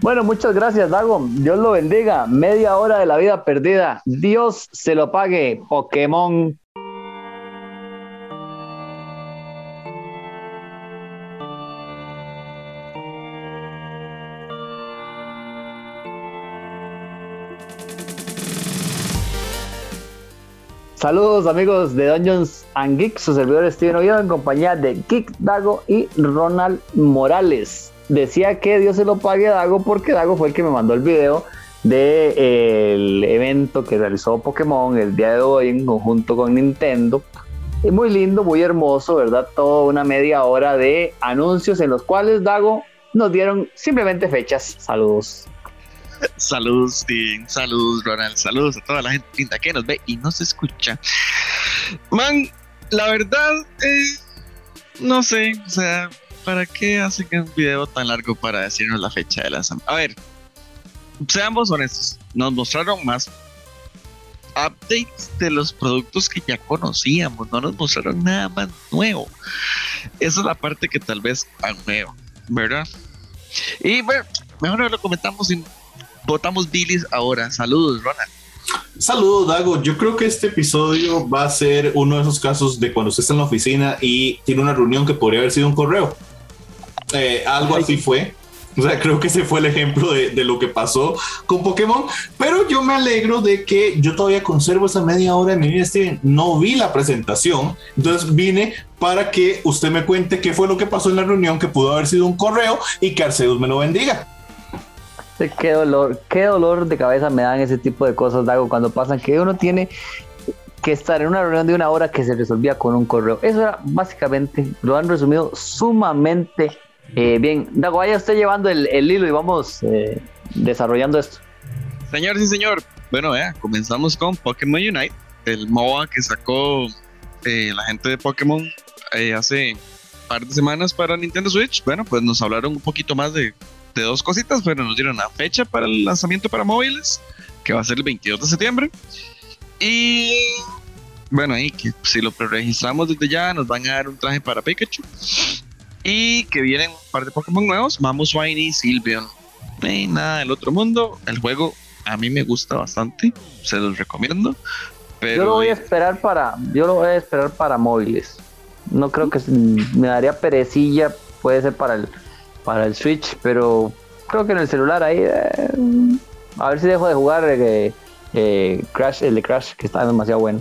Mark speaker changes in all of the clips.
Speaker 1: Bueno, muchas gracias, Dago. Dios lo bendiga. Media hora de la vida perdida. Dios se lo pague. Pokémon. Saludos amigos de Dungeons and Geeks, su servidor Steven Oviedo en compañía de Geek Dago y Ronald Morales. Decía que Dios se lo pague a Dago porque Dago fue el que me mandó el video del evento que realizó Pokémon el día de hoy en conjunto con Nintendo. Y muy lindo, muy hermoso, ¿verdad? Toda una media hora de anuncios en los cuales Dago nos dieron simplemente fechas. Saludos.
Speaker 2: Saludos, Steven, saludos, Ronald, saludos a toda la gente linda que nos ve y nos escucha. Man, la verdad, no sé, o sea, ¿para qué hacen un video tan largo para decirnos la fecha de lanzamiento? A ver, seamos honestos, nos mostraron más updates de los productos que ya conocíamos, no nos mostraron nada más nuevo. Esa es la parte que tal vez nueva, ¿verdad? Y bueno, mejor lo comentamos y votamos bilis ahora. Saludos, Ronald.
Speaker 3: Saludos, Dago. Yo creo que este episodio va a ser uno de esos casos de cuando usted está en la oficina y tiene una reunión que podría haber sido un correo. Algo así fue. O sea, creo que ese fue el ejemplo de lo que pasó con Pokémon. Pero yo me alegro de que yo todavía conservo esa media hora de mi vida, Steven. No vi la presentación. Entonces vine para que usted me cuente qué fue lo que pasó en la reunión, que pudo haber sido un correo y que Arceus me lo bendiga.
Speaker 1: Qué dolor de cabeza me dan ese tipo de cosas, Dago, cuando pasan que uno tiene que estar en una reunión de una hora que se resolvía con un correo. Eso era básicamente, lo han resumido sumamente bien. Dago, vaya usted llevando el hilo y vamos desarrollando esto.
Speaker 2: Señor, sí señor. Bueno, comenzamos con Pokémon Unite, el MOBA que sacó la gente de Pokémon hace un par de semanas para Nintendo Switch. Bueno, pues nos hablaron un poquito más de dos cositas, pero nos dieron la fecha para el lanzamiento para móviles, que va a ser el 22 de septiembre. Y bueno, ahí que si lo preregistramos desde ya, nos van a dar un traje para Pikachu. Y que vienen un par de Pokémon nuevos, Mamoswine y Sylveon. Nada del otro mundo. El juego a mí me gusta bastante, se los recomiendo. Pero
Speaker 1: yo lo voy a esperar para móviles. No creo que me daría perecilla, puede ser para el Switch, pero creo que en el celular ahí a ver si dejo de jugar Crash, el de Crash, que está demasiado bueno.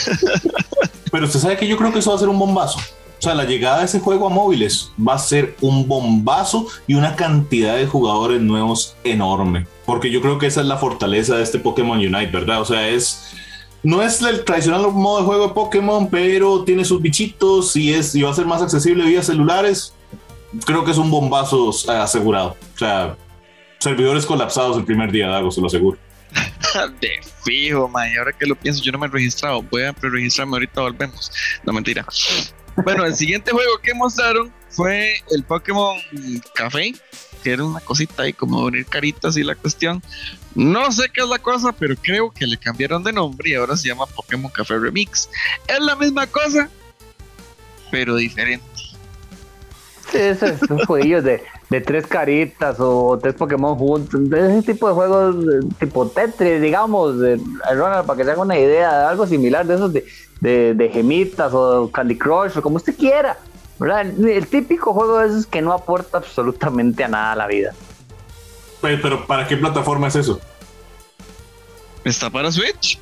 Speaker 3: Pero usted sabe que yo creo que eso va a ser un bombazo. O sea, la llegada de ese juego a móviles va a ser un bombazo y una cantidad de jugadores nuevos enorme. Porque yo creo que esa es la fortaleza de este Pokémon Unite, ¿verdad? O sea, no es el tradicional modo de juego de Pokémon, pero tiene sus bichitos y va a ser más accesible vía celulares. Creo que es un bombazo asegurado. O sea, servidores colapsados el primer día, Dago, se lo aseguro.
Speaker 2: De fijo, man. Y ahora que lo pienso, yo no me he registrado. Voy a pre-registrarme ahorita, volvemos. No, mentira. Bueno, el siguiente juego que mostraron fue el Pokémon Café, que era una cosita ahí como unir caritas y la cuestión. No sé qué es la cosa, pero creo que le cambiaron de nombre y ahora se llama Pokémon Café Remix. Es la misma cosa, pero diferente.
Speaker 1: Sí, esos jueguillos de 3 caritas o 3 Pokémon juntos, ese tipo de juegos tipo Tetris, digamos, Ronald, para que se haga una idea de algo similar de esos de gemitas o Candy Crush o como usted quiera, ¿verdad? El típico juego de esos que no aporta absolutamente a nada a la vida.
Speaker 3: Pero ¿para qué plataforma es eso?
Speaker 2: Está para Switch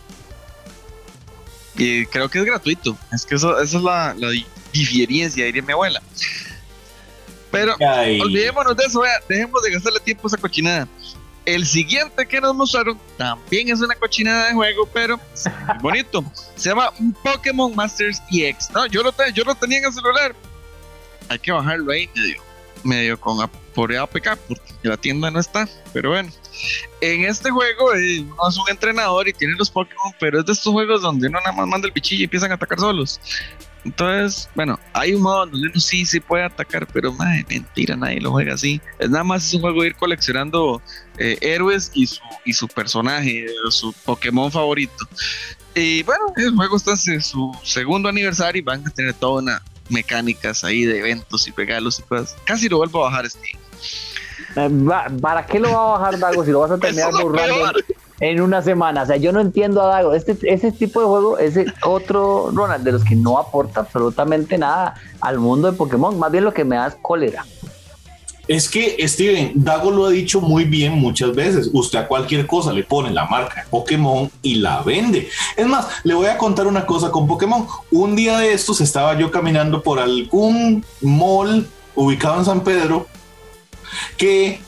Speaker 2: y creo que es gratuito. Es que esa es la diferencia, diría mi abuela. Pero olvidémonos de eso, dejemos de gastarle tiempo a esa cochinada. El siguiente que nos mostraron también es una cochinada de juego, pero muy bonito. Se llama Pokémon Masters EX. No, yo lo tenía en el celular. Hay que bajarlo ahí medio por APK porque la tienda no está. Pero bueno, en este juego uno es un entrenador y tiene los Pokémon, pero es de estos juegos donde uno nada más manda el bichillo y empiezan a atacar solos. Entonces, bueno, hay un modo donde uno sí puede atacar, pero mentira, nadie lo juega así. Es nada más es un juego de ir coleccionando héroes y su personaje, su Pokémon favorito. Y bueno, el juego está en su segundo aniversario y van a tener toda una mecánicas ahí de eventos y regalos y cosas. Casi lo vuelvo a bajar, Steam.
Speaker 1: ¿Para qué lo va a bajar Dago si lo vas a terminar borrando en una semana? O sea, yo no entiendo a Dago. Ese tipo de juego, ese otro Ronald, de los que no aporta absolutamente nada al mundo de Pokémon. Más bien lo que me da es cólera.
Speaker 3: Es que, Steven, Dago lo ha dicho muy bien muchas veces. Usted a cualquier cosa le pone la marca Pokémon y la vende. Es más, le voy a contar una cosa con Pokémon. Un día de estos estaba yo caminando por algún mall ubicado en San Pedro que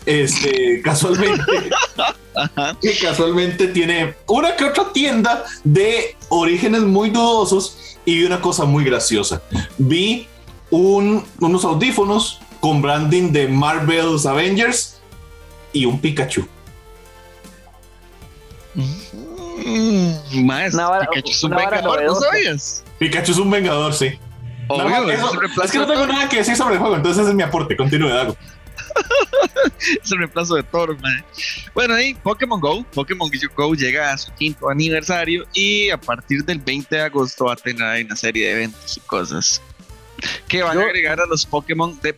Speaker 3: casualmente tiene una que otra tienda de orígenes muy dudosos, y vi una cosa muy graciosa. Vi unos audífonos con branding de Marvel's Avengers y un Pikachu.
Speaker 2: Pikachu es un vengador, ¿no sabías?
Speaker 3: Pikachu es un vengador, sí. Es que no tengo nada que decir sobre el juego, entonces ese es mi aporte. Continúe, Dago.
Speaker 2: Es el reemplazo de Thor, man. Bueno, ahí Pokémon Go llega a su 5º aniversario, y a partir del 20 de agosto va a tener ahí una serie de eventos y cosas que van a agregar a los Pokémon de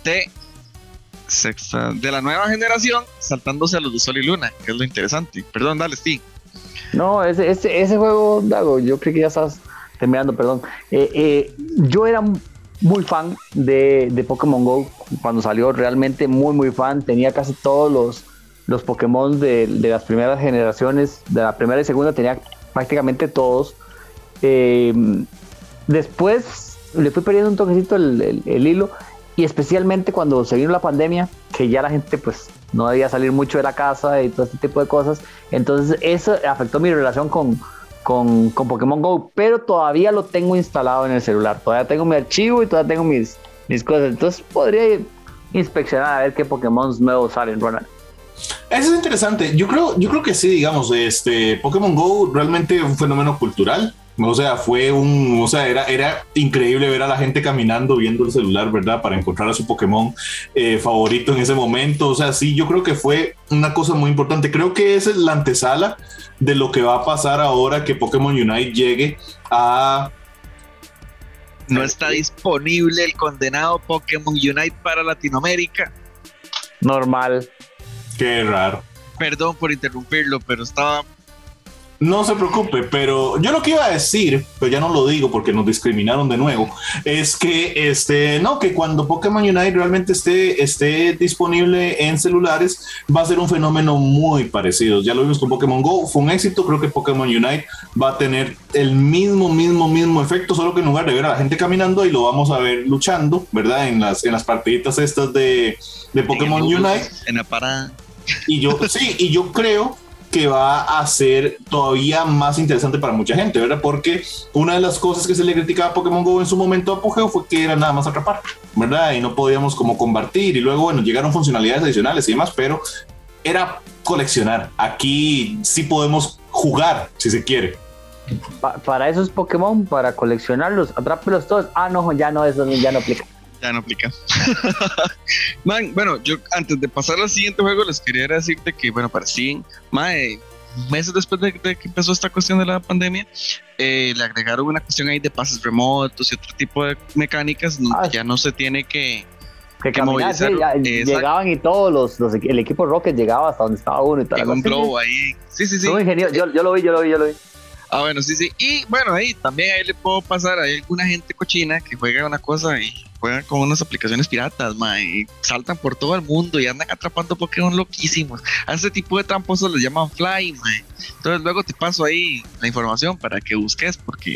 Speaker 2: la nueva generación, saltándose a los de Sol y Luna, que es lo interesante. Perdón, dale, Steve.
Speaker 1: No, ese juego, Dago, yo creo que ya estás terminando, perdón. Yo era muy fan de Pokémon Go cuando salió, realmente muy fan. Tenía casi todos los Pokémon de las primeras generaciones, de la primera y segunda, tenía prácticamente todos. Después le fui perdiendo un toquecito el hilo, y especialmente cuando se vino la pandemia, que ya la gente pues no debía salir mucho de la casa y todo este tipo de cosas. Entonces eso afectó mi relación con Pokémon Go, pero todavía lo tengo instalado en el celular, todavía tengo mi archivo y todavía tengo mis cosas, entonces podría inspeccionar a ver qué Pokémon nuevos salen, Ronald.
Speaker 3: Eso es interesante. Yo creo que sí, digamos, Pokémon Go realmente un fenómeno cultural. O sea, era increíble ver a la gente caminando, viendo el celular, ¿verdad? Para encontrar a su Pokémon favorito en ese momento. O sea, sí, yo creo que fue una cosa muy importante. Creo que esa es la antesala de lo que va a pasar ahora que Pokémon Unite llegue a...
Speaker 2: No está disponible el condenado Pokémon Unite para Latinoamérica.
Speaker 1: Normal.
Speaker 3: Qué raro.
Speaker 2: Perdón por interrumpirlo, pero estaba...
Speaker 3: No se preocupe, pero yo lo que iba a decir, pero ya no lo digo porque nos discriminaron de nuevo, es que que cuando Pokémon Unite realmente esté disponible en celulares, va a ser un fenómeno muy parecido. Ya lo vimos con Pokémon Go, fue un éxito. Creo que Pokémon Unite va a tener el mismo efecto, solo que en lugar de ver a la gente caminando, ahí lo vamos a ver luchando, ¿verdad? En las partiditas estas de Pokémon Unite.
Speaker 2: En la parada.
Speaker 3: Y yo creo que va a ser todavía más interesante para mucha gente, ¿verdad? Porque una de las cosas que se le criticaba a Pokémon Go en su momento de apogeo fue que era nada más atrapar, ¿verdad? Y no podíamos como combatir, y luego, bueno, llegaron funcionalidades adicionales y demás, pero era coleccionar. Aquí sí podemos jugar, si se quiere.
Speaker 1: Para esos Pokémon, para coleccionarlos, atrápelos todos. No, ya no, eso ya no aplica.
Speaker 2: Ya no aplica. Man, bueno, yo antes de pasar al siguiente juego les quería decirte que, bueno, para Steven, meses después de que empezó esta cuestión de la pandemia, le agregaron una cuestión ahí de pases remotos y otro tipo de mecánicas donde ya no se tiene que
Speaker 1: caminar, sí, llegaban, y todos el equipo Rocket llegaba hasta donde estaba uno y tal.
Speaker 2: Un globo ahí. Sí.
Speaker 1: Muy ingenioso. Yo lo vi.
Speaker 2: Ah, bueno, sí. Y bueno, ahí le puedo pasar. Hay alguna gente cochina que juega una cosa y juegan con unas aplicaciones piratas, y saltan por todo el mundo y andan atrapando Pokémon loquísimos. A ese tipo de tramposos les llaman Fly, Entonces luego te paso ahí la información para que busques, porque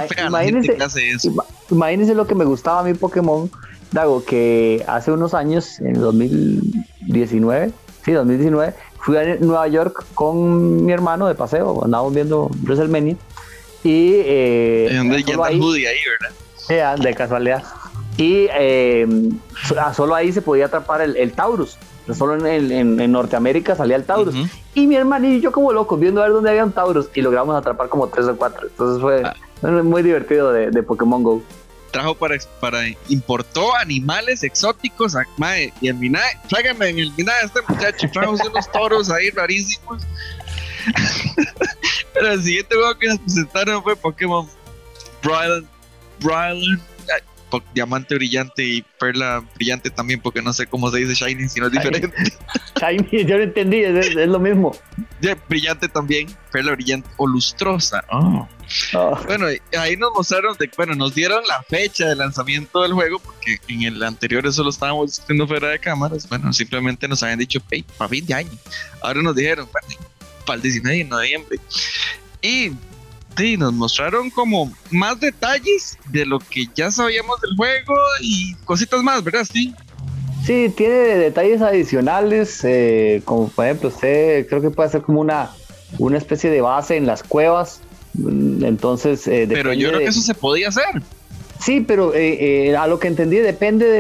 Speaker 1: imagínense lo que me gustaba a mí Pokémon, Dago, que hace unos años, en 2019, fui a Nueva York con mi hermano de paseo, andábamos viendo WrestleMania, y
Speaker 2: ¿dónde ya el Woody ahí, verdad?
Speaker 1: De casualidad. Y solo ahí se podía atrapar el Taurus. Solo en Norteamérica salía el Taurus. Uh-huh. Y mi hermano y yo como locos viendo a ver dónde había un Taurus, y logramos atrapar como 3 o 4. Entonces fue muy divertido de Pokémon Go.
Speaker 2: Importó animales exóticos, y el Minae, tráigame en el Minae este muchacho, traemos unos toros ahí rarísimos. Pero el siguiente juego que nos presentaron fue Pokémon Brilliant diamante brillante y perla brillante también, porque no sé cómo se dice shiny, si no es diferente.
Speaker 1: Shiny, yo lo entendí, es lo mismo.
Speaker 2: Brillante también, perla brillante o lustrosa. Bueno, ahí nos mostraron, nos dieron la fecha de lanzamiento del juego, porque en el anterior eso lo estábamos discutiendo fuera de cámaras. Bueno, simplemente nos habían dicho para fin de año. Ahora nos dijeron para el 19 de noviembre. Y nos mostraron como más detalles de lo que ya sabíamos del juego y cositas más, ¿verdad, Steve?
Speaker 1: Sí, tiene detalles adicionales, como por ejemplo, usted creo que puede hacer como una especie de base en las cuevas. Entonces,
Speaker 2: pero yo creo que eso se podía hacer.
Speaker 1: Sí, pero a lo que entendí, depende de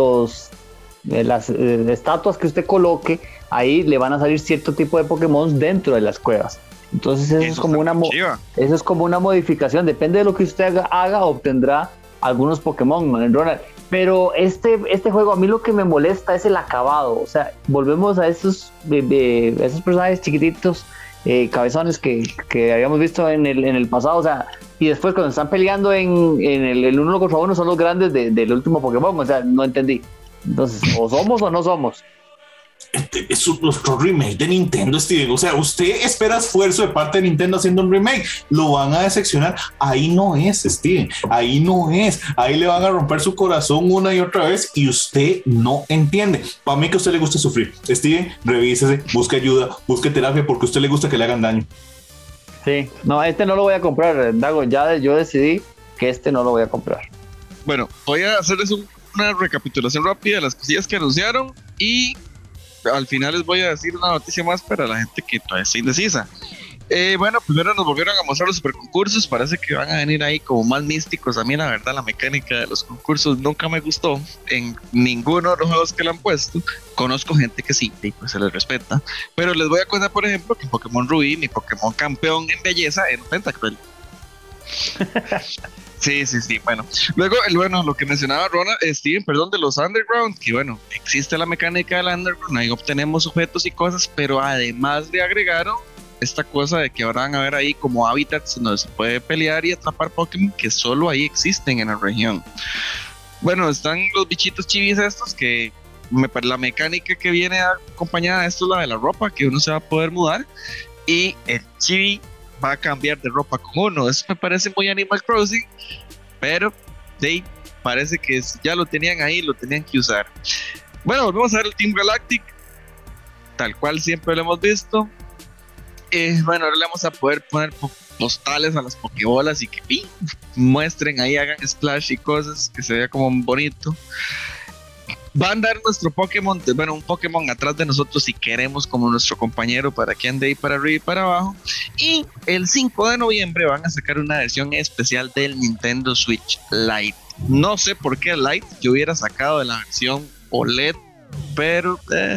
Speaker 1: las estatuas que usted coloque, ahí le van a salir cierto tipo de Pokémon dentro de las cuevas. Entonces eso es como una modificación, depende de lo que usted haga obtendrá algunos Pokémon, Ronald. Pero este juego, a mí lo que me molesta es el acabado. O sea, volvemos a esos personajes chiquititos, cabezones que habíamos visto en el pasado. O sea, y después cuando están peleando en el uno contra uno son los grandes del último Pokémon. O sea, no entendí. Entonces, o somos o no somos.
Speaker 3: Es nuestro remake de Nintendo, Steven. O sea, usted espera esfuerzo de parte de Nintendo haciendo un remake, lo van a decepcionar. Ahí no es, Steven, ahí no es. Ahí le van a romper su corazón una y otra vez y usted no entiende. Para mí que a usted le gusta sufrir, Steven, revísese, busque ayuda, busque terapia, porque a usted le gusta que le hagan daño.
Speaker 1: Sí, no, no lo voy a comprar, Dago. Ya yo decidí que no lo voy a comprar.
Speaker 2: Bueno, voy a hacerles una recapitulación rápida de las cosillas que anunciaron y al final les voy a decir una noticia más para la gente que todavía está indecisa. Bueno, primero nos volvieron a mostrar los super concursos. Parece que van a venir ahí como más místicos. A mí la verdad la mecánica de los concursos nunca me gustó en ninguno de los juegos que le han puesto. Conozco gente que sí, y pues se les respeta. Pero les voy a contar, por ejemplo, que Pokémon Rubí, mi Pokémon campeón en belleza, era un Tentacruel. Sí, bueno. Luego, lo que mencionaba Steven, de los Underground, que bueno, existe la mecánica del Underground, ahí obtenemos objetos y cosas, pero además le agregaron esta cosa de que ahora van a ver ahí como hábitats donde se puede pelear y atrapar Pokémon que solo ahí existen en la región. Bueno, están los bichitos chivis estos que la mecánica que viene acompañada de esto es la de la ropa, que uno se va a poder mudar, y el chibi va a cambiar de ropa con uno. Eso me parece muy Animal Crossing, pero parece que ya lo tenían ahí, lo tenían que usar. Bueno, volvemos a ver el Team Galactic, tal cual siempre lo hemos visto. Bueno, ahora le vamos a poder poner postales a las Pokébolas y que muestren ahí, hagan splash y cosas, que se vea como bonito. Van a dar nuestro Pokémon, un Pokémon atrás de nosotros si queremos, como nuestro compañero, para que ande ahí para arriba y para abajo. Y el 5 de noviembre van a sacar una versión especial del Nintendo Switch Lite. No sé por qué Lite, yo hubiera sacado de la versión OLED, pero...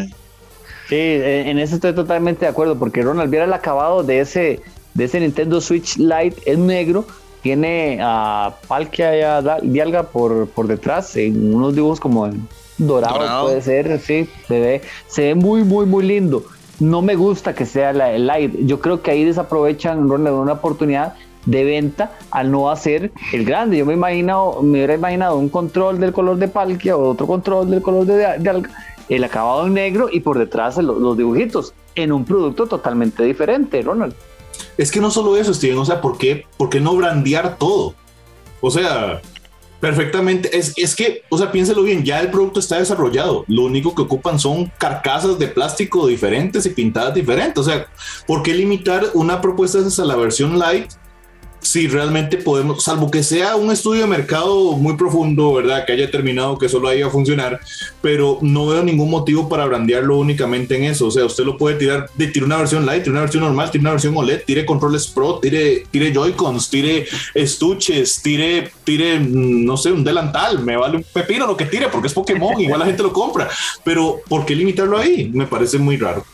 Speaker 1: Sí, en eso estoy totalmente de acuerdo, porque Ronald, viera el acabado de ese Nintendo Switch Lite, es negro, tiene a Palkia y a Dialga por detrás, en unos dibujos como dorado puede ser, sí, se ve muy, muy, muy lindo. No me gusta que sea el Lite, yo creo que ahí desaprovechan, Ronald, una oportunidad de venta al no hacer el grande. Yo me hubiera imaginado un control del color de Palkia o otro control del color de Dialga, el acabado en negro y por detrás los dibujitos en un producto totalmente diferente, Ronald.
Speaker 3: Es que no solo eso, Steven, o sea, ¿por qué no brandear todo? O sea, perfectamente, es que, o sea, piénselo bien, ya el producto está desarrollado, lo único que ocupan son carcasas de plástico diferentes y pintadas diferentes. O sea, ¿por qué limitar una propuesta de esas a la versión light? Si realmente podemos, salvo que sea un estudio de mercado muy profundo, ¿verdad? Que haya determinado que solo ahí va a funcionar, pero no veo ningún motivo para brandearlo únicamente en eso. O sea, usted lo puede tirar, tire una versión light, tire una versión normal, tire una versión OLED, tire controles Pro, tire Joy-Cons, tire estuches, tire, no sé, un delantal, me vale un pepino lo que tire, porque es Pokémon, igual la gente lo compra, pero ¿por qué limitarlo ahí? Me parece muy raro.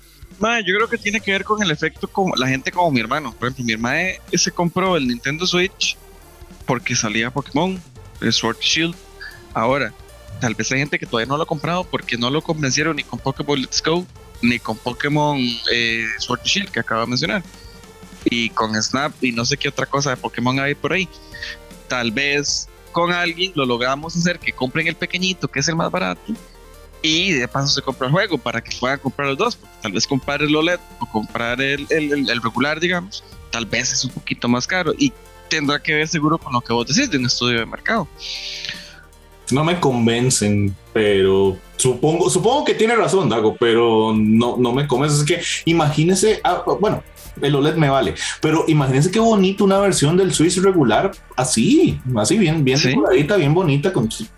Speaker 2: Yo creo que tiene que ver con el efecto como la gente como mi hermano. Por ejemplo, mi hermano se compró el Nintendo Switch porque salía Pokémon, Sword Shield. Ahora, tal vez hay gente que todavía no lo ha comprado porque no lo convencieron ni con Pokémon Let's Go, ni con Pokémon Sword Shield que acabo de mencionar, y con Snap y no sé qué otra cosa de Pokémon hay por ahí. Tal vez con alguien lo logramos hacer que compren el pequeñito, que es el más barato, y de paso se compra el juego para que puedan comprar los dos, porque tal vez comprar el OLED o comprar el regular, digamos, tal vez es un poquito más caro y tendrá que ver seguro con lo que vos decís de un estudio de mercado.
Speaker 3: No me convencen, pero supongo que tiene razón, Dago, pero no me convence. Es que imagínese, bueno, el OLED me vale, pero imagínense qué bonito una versión del Switch regular, así bien ¿sí? Decoradita, bien bonita.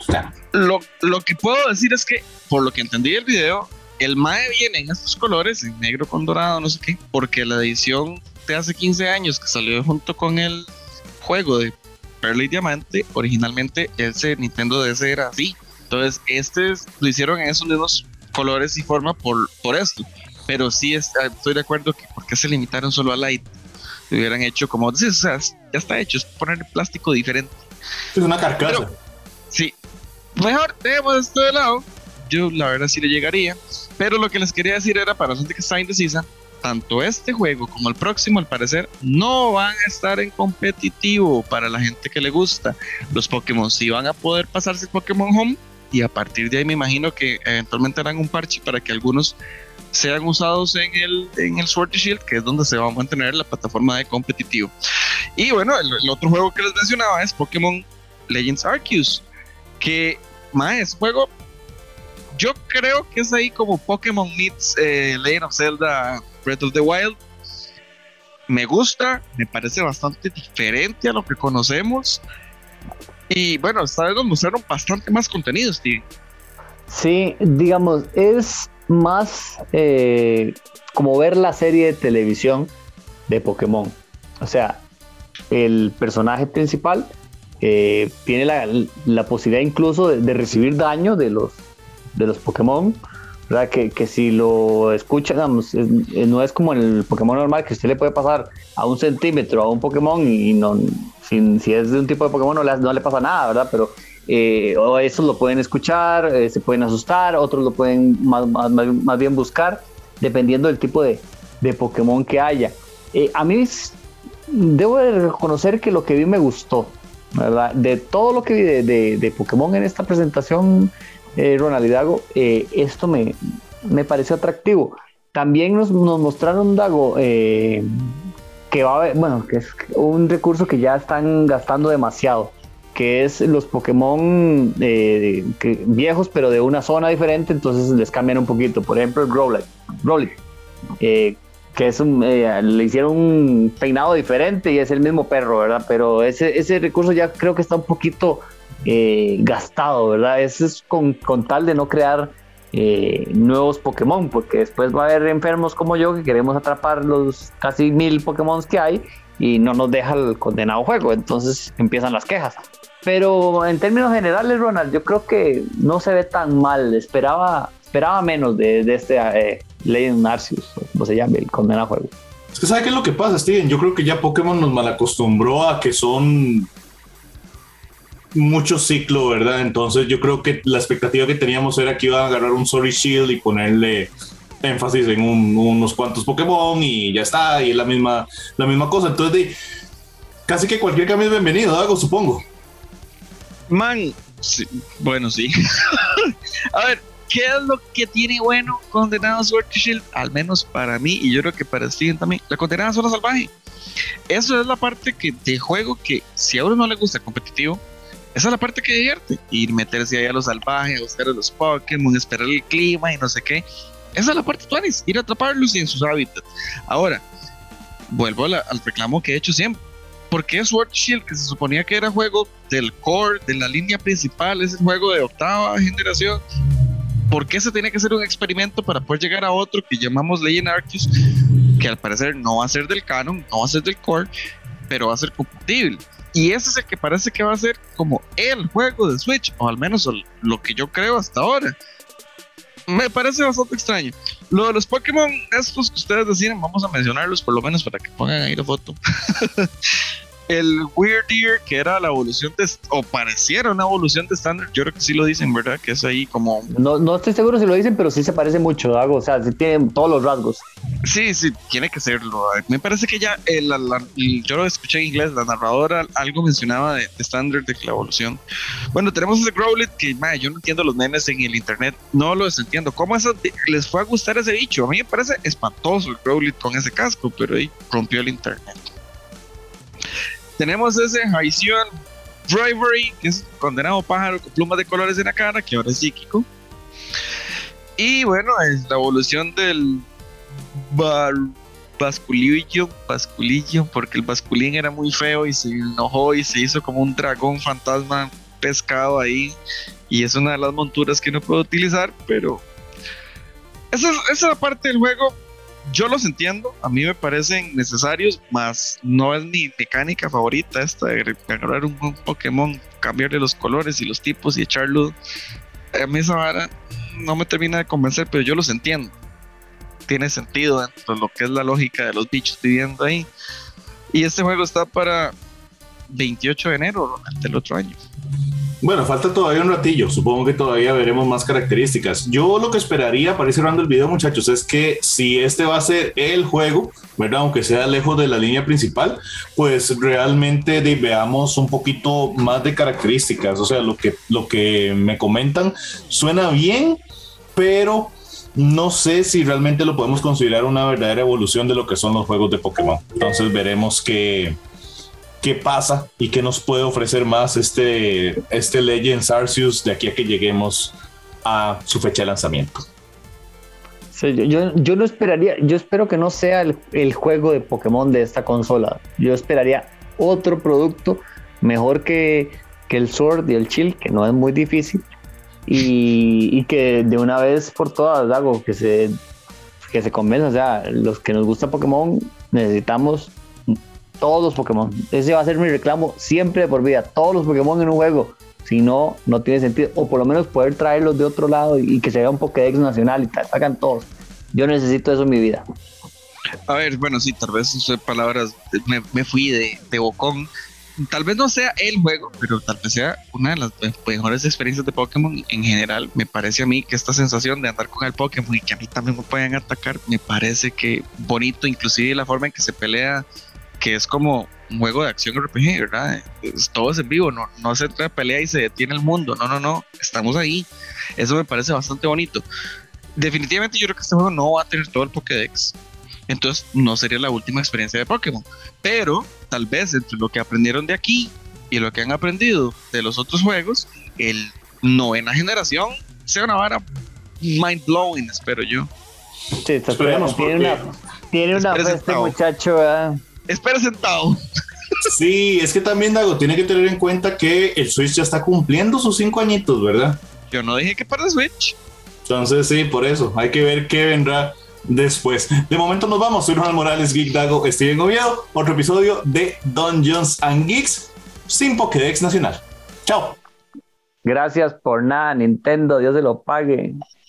Speaker 2: Lo que puedo decir es que, por lo que entendí del video, el MAE viene en estos colores, en negro con dorado, no sé qué, porque la edición de hace 15 años que salió junto con el juego de Perla y Diamante, originalmente ese Nintendo DS era así. Entonces, lo hicieron en esos mismos colores y forma por esto. Pero sí estoy de acuerdo que por qué se limitaron solo a Light. Lo hubieran hecho como decís, o sea, ya está hecho, es ponerle plástico diferente.
Speaker 3: Es una carcasa.
Speaker 2: Pero, sí, mejor dejemos esto de lado. Yo la verdad sí le llegaría. Pero lo que les quería decir era, para la gente que está indecisa, tanto este juego como el próximo, al parecer, no van a estar en competitivo para la gente que le gusta. Los Pokémon sí van a poder pasarse el Pokémon Home, y a partir de ahí me imagino que eventualmente harán un parche para que algunos sean usados en el Sword y Shield, que es donde se va a mantener la plataforma de competitivo. Y bueno, el otro juego que les mencionaba es Pokémon Legends Arceus, que más juego, yo creo que es ahí como Pokémon meets Legend of Zelda Breath of the Wild. Me gusta, me parece bastante diferente a lo que conocemos. Y bueno, esta vez nos mostraron bastante más contenido, Steve.
Speaker 1: Sí, digamos, es más como ver la serie de televisión de Pokémon. O sea, el personaje principal tiene la posibilidad incluso de recibir daño de los Pokémon, ¿verdad? Que si lo escuchan, digamos, no es como en el Pokémon normal, que usted le puede pasar a 1 centímetro a un Pokémon y no, si es de un tipo de Pokémon no le pasa nada, ¿verdad? Pero o esos lo pueden escuchar, se pueden asustar, otros lo pueden más bien buscar, dependiendo del tipo de Pokémon que haya. A mí debo de reconocer que lo que vi me gustó, ¿verdad? De todo lo que vi de Pokémon en esta presentación, Ronald y Dago, esto me pareció atractivo. También nos mostraron, Dago, que va a haber, bueno, que es un recurso que ya están gastando demasiado, que es los Pokémon viejos, pero de una zona diferente, entonces les cambian un poquito. Por ejemplo, el Growlithe, que es le hicieron un peinado diferente y es el mismo perro, ¿verdad? Pero ese recurso ya creo que está un poquito gastado, ¿verdad? Eso es con tal de no crear nuevos Pokémon, porque después va a haber enfermos como yo que queremos atrapar los casi 1000 Pokémon que hay y no nos deja el condenado juego, entonces empiezan las quejas. Pero en términos generales, Ronald, yo creo que no se ve tan mal. Esperaba menos de este Legend Arceus, como se llama, el condenado juego.
Speaker 3: Es que ¿sabe qué es lo que pasa, Steven? Yo creo que ya Pokémon nos malacostumbró a que son mucho ciclo, ¿verdad? Entonces yo creo que la expectativa que teníamos era que iban a agarrar un Sword y Shield y ponerle énfasis en unos cuantos Pokémon y ya está, y es la misma cosa. Entonces casi que cualquier cambio es bienvenido, Dago, supongo.
Speaker 2: Man, sí, bueno, sí. A ver, ¿qué es lo que tiene bueno Condenado Sword y Shield? Al menos para mí, y yo creo que para Steven también, la Condenada Zona Salvaje. Eso es la parte de juego que, si a uno no le gusta el competitivo, esa es la parte que divierte. Ir meterse ahí a lo salvaje, a buscar a los Pokémon, esperar el clima y no sé qué. Esa es la parte tuanis, ir a atraparlos y en sus hábitats. Ahora, vuelvo al reclamo que he hecho siempre. ¿Por qué Sword Shield, que se suponía que era juego del core, de la línea principal, es el juego de 8ª generación? ¿Por qué se tiene que hacer un experimento para poder llegar a otro que llamamos Legend Arceus, que al parecer no va a ser del canon, no va a ser del core, pero va a ser compatible? Y ese es el que parece que va a ser como el juego de Switch, o al menos lo que yo creo hasta ahora. Me parece bastante extraño. Lo de los Pokémon, estos que ustedes decían, vamos a mencionarlos por lo menos para que pongan ahí la foto. El Weirdeer, que era la evolución o pareciera una evolución de estándar, yo creo que sí lo dicen, ¿verdad? Que es ahí como...
Speaker 1: No estoy seguro si lo dicen, pero sí se parece mucho, Dago. O sea, sí tiene todos los rasgos.
Speaker 2: Sí, sí, tiene que serlo. Me parece que ya, yo lo escuché en inglés, la narradora algo mencionaba de Standard de la evolución. Bueno, tenemos ese Growlithe que, yo no entiendo los memes en el internet, no los entiendo. ¿Cómo les fue a gustar ese bicho? A mí me parece espantoso el Growlithe con ese casco, pero ahí rompió el internet. Tenemos ese Hisuian Bravery, que es condenado pájaro con plumas de colores en la cara, que ahora es psíquico. Y bueno, es la evolución del Basculillo, porque el Basculín era muy feo y se enojó y se hizo como un dragón fantasma pescado ahí. Y es una de las monturas que no puedo utilizar, pero esa parte del juego yo los entiendo, a mí me parecen necesarios, más no es mi mecánica favorita esta de agarrar un Pokémon, cambiarle los colores y los tipos y echarlo. A mí esa vara no me termina de convencer, pero yo los entiendo. Tiene sentido dentro de lo que es la lógica de los bichos viviendo ahí. Y este juego está para 28 de enero del otro año.
Speaker 3: Bueno, falta todavía un ratillo. Supongo que todavía veremos más características. Yo lo que esperaría para ir cerrando el video, muchachos, es que si este va a ser el juego, ¿verdad? Aunque sea lejos de la línea principal, pues realmente veamos un poquito más de características. O sea, lo que me comentan suena bien, pero no sé si realmente lo podemos considerar una verdadera evolución de lo que son los juegos de Pokémon. Entonces veremos qué pasa y qué nos puede ofrecer más este Legends Arceus de aquí a que lleguemos a su fecha de lanzamiento.
Speaker 1: Sí, yo no esperaría, yo espero que no sea el juego de Pokémon de esta consola. Yo esperaría otro producto mejor que el Sword y el Shield, que no es muy difícil, y que de una vez por todas hago que se convenza. O sea, los que nos gusta Pokémon necesitamos todos los Pokémon. Ese va a ser mi reclamo siempre de por vida. Todos los Pokémon en un juego. Si no, no tiene sentido. O por lo menos poder traerlos de otro lado y que se vea un Pokédex nacional y hagan todos. Yo necesito eso en mi vida.
Speaker 2: A ver, bueno, sí, tal vez usé palabras, me fui de bocón. Tal vez no sea el juego, pero tal vez sea una de las mejores experiencias de Pokémon en general. Me parece a mí que esta sensación de andar con el Pokémon y que a mí también me pueden atacar, me parece que bonito, inclusive la forma en que se pelea, que es como un juego de acción RPG, ¿verdad? Todo es en vivo, no se pelea y se detiene el mundo, no, estamos ahí. Eso me parece bastante bonito. Definitivamente yo creo que este juego no va a tener todo el Pokédex, entonces no sería la última experiencia de Pokémon, pero tal vez entre lo que aprendieron de aquí y lo que han aprendido de los otros juegos, el novena generación sea una vara mind blowing, espero yo.
Speaker 1: Sí, esperemos. Tiene una fe este muchacho, ¿verdad?
Speaker 2: Espera sentado.
Speaker 3: Sí, es que también, Dago, tiene que tener en cuenta que el Switch ya está cumpliendo sus 5 añitos, ¿verdad?
Speaker 2: Yo no dije que para el Switch.
Speaker 3: Entonces sí, por eso, hay que ver qué vendrá después. De momento nos vamos. Soy Ronald Morales, Geek Dago, Steven Oviedo. Otro episodio de Dungeons and Geeks sin Pokédex nacional. Chao.
Speaker 1: Gracias por nada, Nintendo. Dios se lo pague.